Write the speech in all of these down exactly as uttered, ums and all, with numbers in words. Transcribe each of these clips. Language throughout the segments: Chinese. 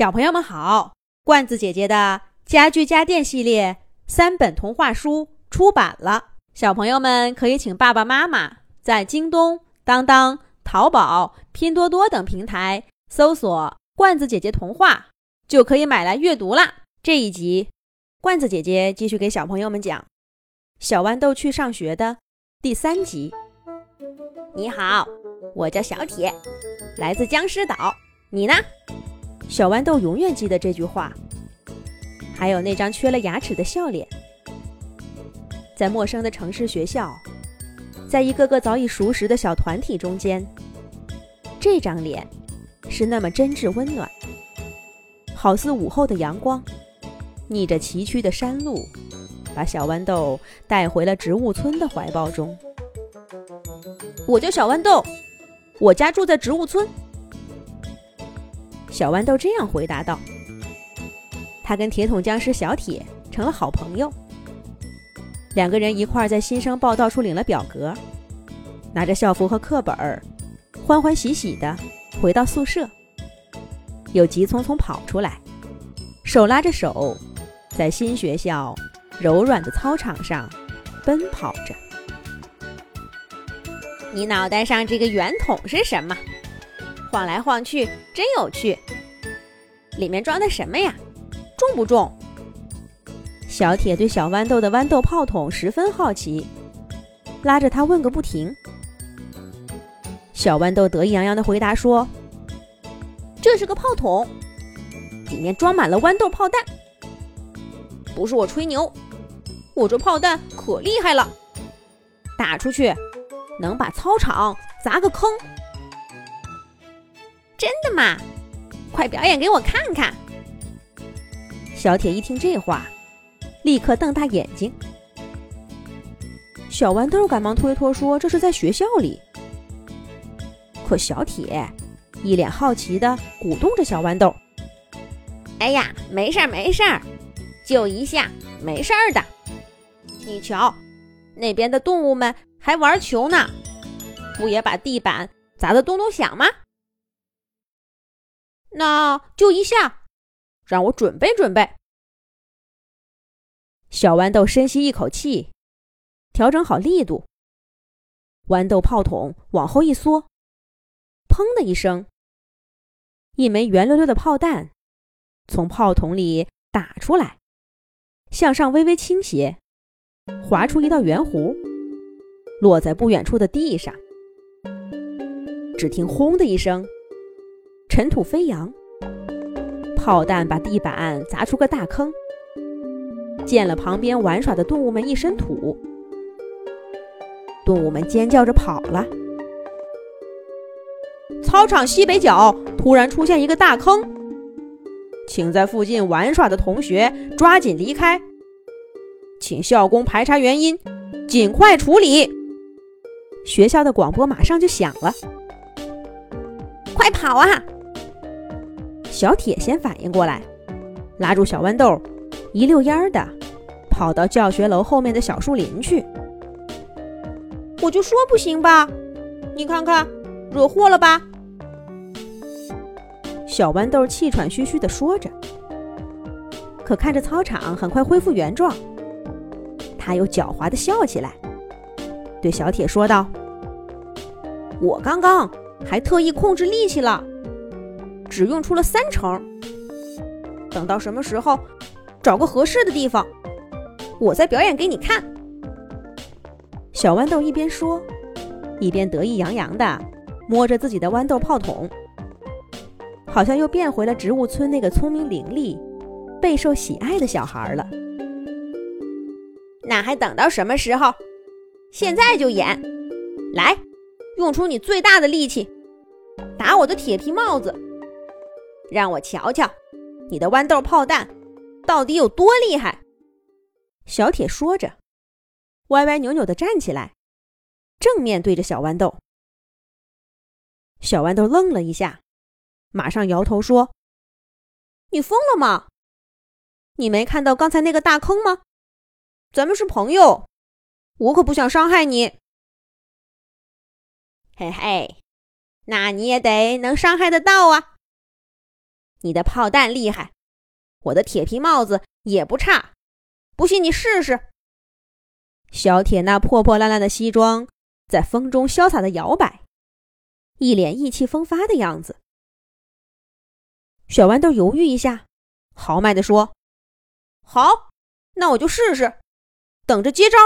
小朋友们好，罐子姐姐的家具家电系列三本童话书出版了，小朋友们可以请爸爸妈妈在京东、当当、淘宝、拼多多等平台搜索罐子姐姐童话，就可以买来阅读啦。这一集，罐子姐姐继续给小朋友们讲小豌豆去上学的第三集。你好，我叫小铁，来自僵尸岛，你呢？小豌豆永远记得这句话，还有那张缺了牙齿的笑脸。在陌生的城市学校，在一个个早已熟识的小团体中间，这张脸是那么真挚温暖，好似午后的阳光，逆着崎岖的山路，把小豌豆带回了植物村的怀抱中。我叫小豌豆，我家住在植物村。小豌豆这样回答道。他跟铁桶僵尸小铁成了好朋友，两个人一块儿在新生报到处领了表格，拿着校服和课本，欢欢喜喜地回到宿舍，又急匆匆跑出来，手拉着手，在新学校柔软的操场上奔跑着。你脑袋上这个圆筒是什么？晃来晃去真有趣，里面装的什么呀？重不重？小铁对小豌豆的豌豆炮筒十分好奇，拉着他问个不停。小豌豆得意洋洋地回答说，这是个炮筒，里面装满了豌豆炮弹。不是我吹牛，我这炮弹可厉害了，打出去能把操场砸个坑。真的吗？快表演给我看看。小铁一听这话，立刻瞪大眼睛。小豌豆赶忙推脱说这是在学校里。可小铁一脸好奇地鼓动着小豌豆，哎呀，没事儿没事儿，就一下，没事儿的。你瞧，那边的动物们还玩球呢，不也把地板砸得咚咚响吗？那就一下，让我准备准备。小豌豆深吸一口气，调整好力度，豌豆炮筒往后一缩，砰的一声，一枚圆溜溜的炮弹从炮筒里打出来，向上微微倾斜，划出一道圆弧，落在不远处的地上。只听轰的一声，尘土飞扬，炮弹把地板砸出个大坑，溅了旁边玩耍的动物们一身土。动物们尖叫着跑了。操场西北角突然出现一个大坑，请在附近玩耍的同学抓紧离开，请校工排查原因，尽快处理。学校的广播马上就响了。快跑啊！小铁先反应过来，拉住小豌豆，一溜烟的跑到教学楼后面的小树林去。我就说不行吧，你看看，惹祸了吧？小豌豆气喘吁吁地说着，可看着操场很快恢复原状，他又狡猾地笑起来，对小铁说道，我刚刚还特意控制力气了，只用出了三成。等到什么时候找个合适的地方，我再表演给你看。小豌豆一边说，一边得意洋洋地摸着自己的豌豆炮筒，好像又变回了植物村那个聪明伶俐、备受喜爱的小孩了。那还等到什么时候？现在就演！来，用出你最大的力气，打我的铁皮帽子，让我瞧瞧你的豌豆炮弹到底有多厉害。小铁说着，歪歪扭扭地站起来，正面对着小豌豆。小豌豆愣了一下，马上摇头说，你疯了吗？你没看到刚才那个大坑吗？咱们是朋友，我可不想伤害你。嘿嘿，那你也得能伤害得到啊。 你的炮弹厉害，我的铁皮帽子也不差，不信你试试。小铁那破破烂烂的西装在风中潇洒地摇摆，一脸意气风发的样子。小豌豆犹豫一下，豪迈地说：好，那我就试试，等着接招。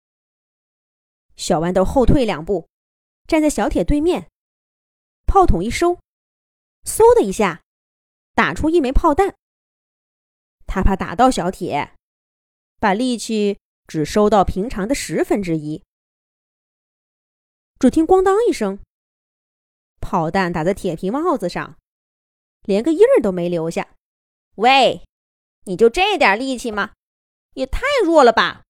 小豌豆后退两步，站在小铁对面，炮筒一收，嗖的一下打出一枚炮弹。他怕打到小铁，把力气只收到平常的十分之一。只听咣当一声，炮弹打在铁皮帽子上，连个印儿都没留下。喂，你就这点力气吗？也太弱了吧！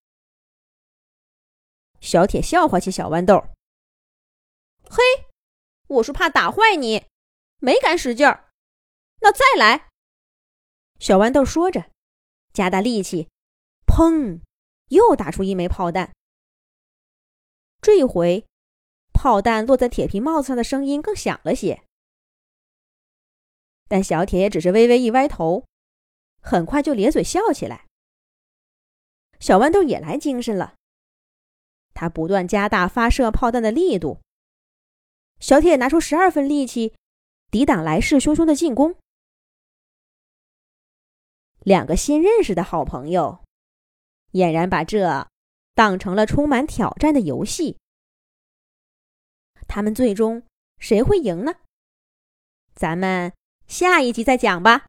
小铁笑话起小豌豆。嘿，我是怕打坏你，没敢使劲儿。那再来。小豌豆说着，加大力气，砰，又打出一枚炮弹。这一回，炮弹落在铁皮帽子上的声音更响了些。但小铁也只是微微一歪头，很快就咧嘴笑起来。小豌豆也来精神了，他不断加大发射炮弹的力度。小铁拿出十二分力气，抵挡来势汹汹的进攻。两个新认识的好朋友，俨然把这当成了充满挑战的游戏。他们最终谁会赢呢？咱们下一集再讲吧。